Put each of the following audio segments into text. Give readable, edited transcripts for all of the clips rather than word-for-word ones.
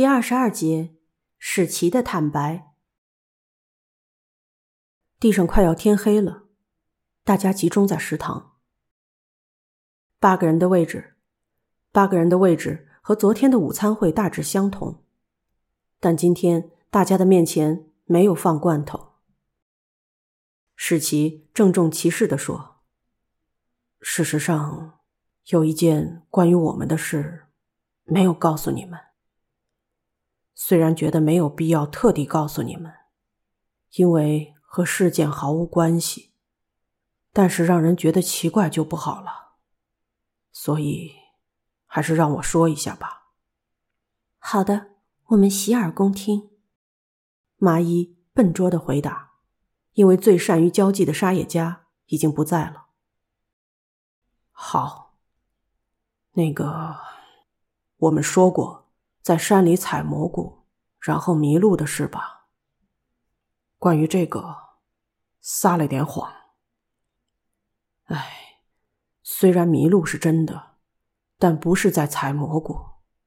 第22节，史奇的坦白。地上快要天黑了，大家集中在食堂。8个人的位置和昨天的午餐会大致相同，但今天大家的面前没有放罐头。史奇郑重其事地说，事实上，有一件关于我们的事没有告诉你们。虽然觉得没有必要特地告诉你们，因为和事件毫无关系，但是让人觉得奇怪就不好了，所以还是让我说一下吧。好的，我们洗耳恭听。麻衣笨拙地回答，因为最善于交际的沙野家已经不在了。好，我们说过在山里采蘑菇然后迷路的事吧？关于这个撒了点谎。虽然迷路是真的，但不是在采蘑菇。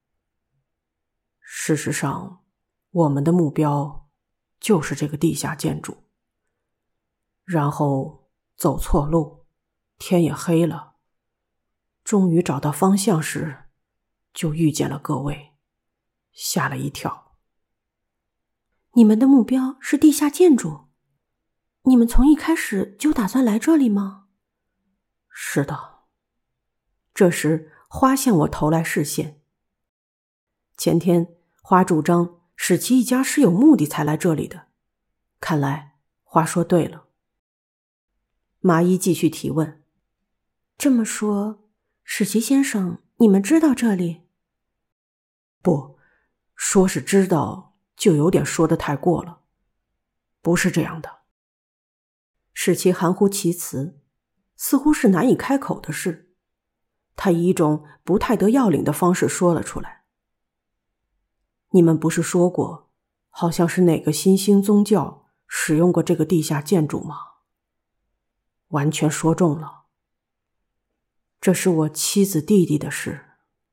事实上，我们的目标就是这个地下建筑。然后走错路，天也黑了，终于找到方向时，就遇见了各位，吓了一跳。你们的目标是地下建筑？你们从一开始就打算来这里吗？是的。这时花向我投来视线。前天花主张史奇一家是有目的才来这里的，看来花说对了。麻衣继续提问，这么说，史奇先生，你们知道这里？不，说是知道就有点说得太过了，不是这样的。史奇含糊其辞，似乎是难以开口的事，他以一种不太得要领的方式说了出来。你们不是说过，好像是哪个新兴宗教使用过这个地下建筑吗？完全说中了。这是我妻子弟弟的事。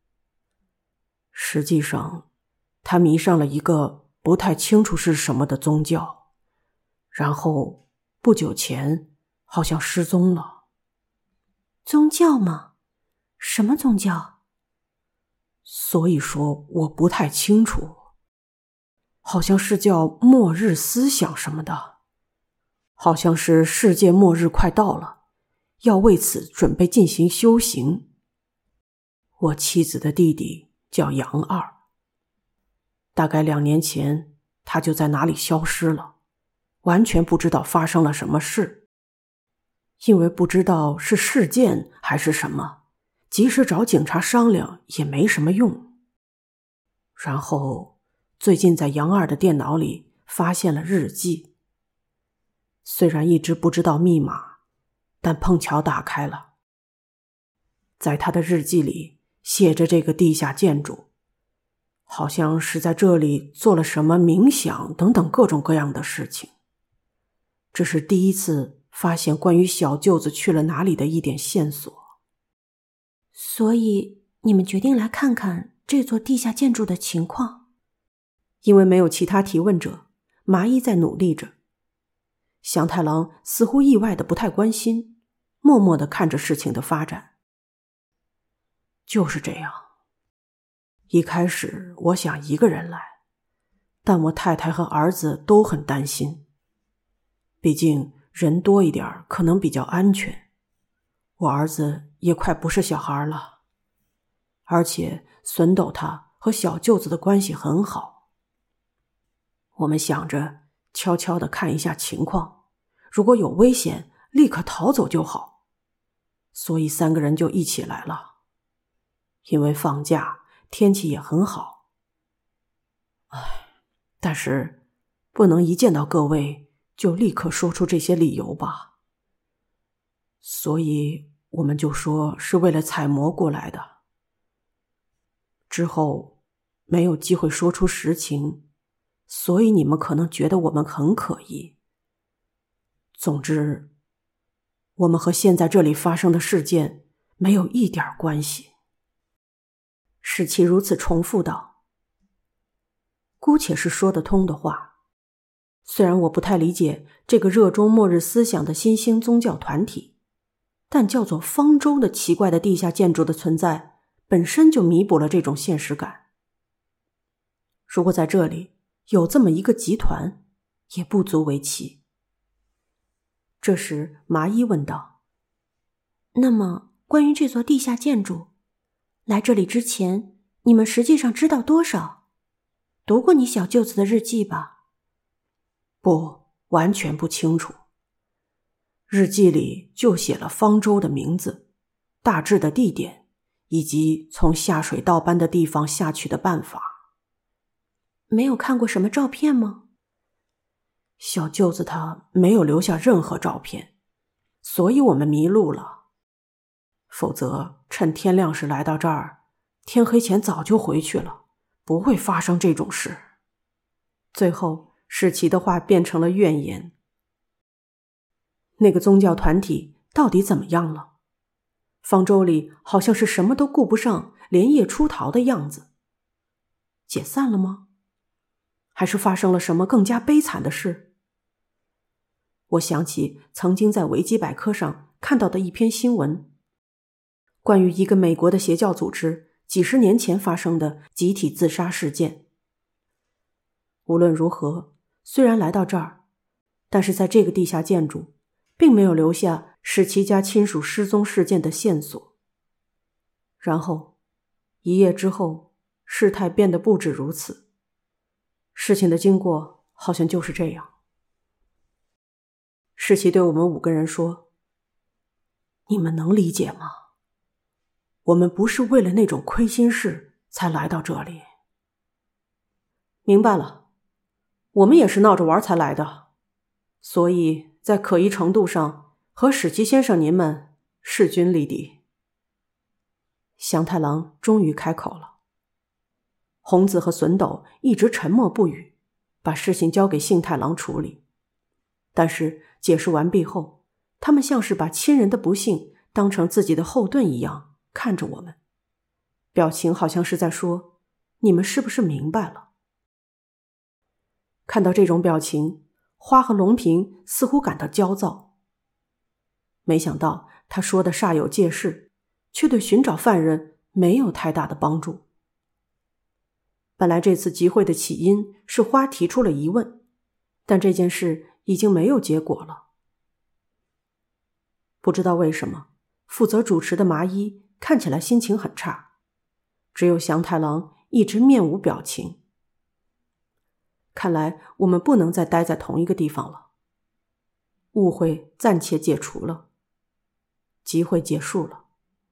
实际上，他迷上了一个不太清楚是什么的宗教，然后不久前好像失踪了。宗教吗？什么宗教？所以说我不太清楚，好像是叫末日思想什么的，好像是世界末日快到了，要为此准备进行修行。我妻子的弟弟叫杨二，大概2年前他就在哪里消失了，完全不知道发生了什么事。因为不知道是事件还是什么，即使找警察商量也没什么用。然后最近在杨二的电脑里发现了日记，虽然一直不知道密码，但碰巧打开了。在他的日记里写着这个地下建筑，好像是在这里做了什么冥想等等各种各样的事情。这是第一次发现关于小舅子去了哪里的一点线索。所以你们决定来看看这座地下建筑的情况？因为没有其他提问者，麻衣在努力着。祥太郎似乎意外的不太关心，默默地看着事情的发展。就是这样。一开始我想一个人来，但我太太和儿子都很担心。毕竟人多一点可能比较安全。我儿子也快不是小孩了，而且孙斗他和小舅子的关系很好。我们想着悄悄地看一下情况，如果有危险立刻逃走就好。所以3个人就一起来了。因为放假，天气也很好。但是不能一见到各位就立刻说出这些理由吧。所以我们就说是为了采蘑菇来的。之后没有机会说出实情，所以你们可能觉得我们很可疑。总之，我们和现在这里发生的事件没有一点关系。史奇如此重复道。 且是说得通的话。虽然我不太理解这个热衷末日思想的新兴宗教团体，但叫做方舟的奇怪的地下建筑的存在本身就弥补了这种现实感。如果在这里有这么一个集团，也不足为奇。这时麻衣问道：那么关于这座地下建筑，来这里之前你们实际上知道多少？读过你小舅子的日记吧？不，完全不清楚。日记里就写了方舟的名字、大致的地点，以及从下水道般的地方下去的办法。没有看过什么照片吗？小舅子他没有留下任何照片，所以我们迷路了。否则趁天亮时来到这儿，天黑前早就回去了，不会发生这种事。最后史奇的话变成了怨言。那个宗教团体到底怎么样了？方舟里好像是什么都顾不上，连夜出逃的样子。解散了吗？还是发生了什么更加悲惨的事？我想起曾经在维基百科上看到的一篇新闻，关于一个美国的邪教组织几十年前发生的集体自杀事件。无论如何，虽然来到这儿，但是在这个地下建筑并没有留下史奇家亲属失踪事件的线索。然后一夜之后，事态变得不止如此。事情的经过好像就是这样。史奇对我们5个人说：你们能理解吗？我们不是为了那种亏心事才来到这里。明白了，我们也是闹着玩才来的，所以在可疑程度上和史奇先生您们势均力敌。祥太郎终于开口了。红子和隼斗一直沉默不语，把事情交给幸太郎处理。但是解释完毕后，他们像是把亲人的不幸当成自己的后盾一样看着我们，表情好像是在说：你们是不是明白了？看到这种表情，花和龙平似乎感到焦躁。没想到他说的煞有介事，却对寻找犯人没有太大的帮助。本来这次集会的起因是花提出了疑问，但这件事已经没有结果了。不知道为什么，负责主持的麻衣看起来心情很差，只有祥太郎一直面无表情。看来我们不能再待在同一个地方了。误会暂且解除了，集会结束了。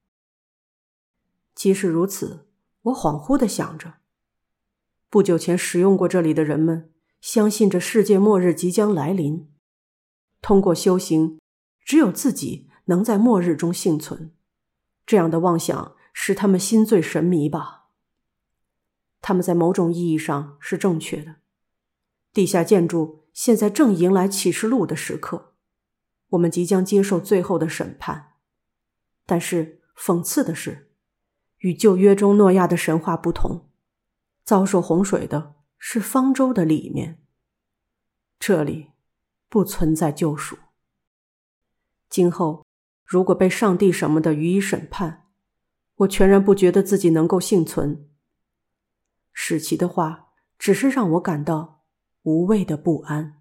即使如此，我恍惚地想着，不久前使用过这里的人们相信着世界末日即将来临，通过修行，只有自己能在末日中幸存。这样的妄想使他们心醉神迷吧。他们在某种意义上是正确的。地下建筑现在正迎来启示录的时刻，我们即将接受最后的审判。但是讽刺的是，与旧约中诺亚的神话不同，遭受洪水的是方舟的里面，这里不存在救赎。今后如果被上帝什么的予以审判，我全然不觉得自己能够幸存。史奇的话只是让我感到无谓的不安。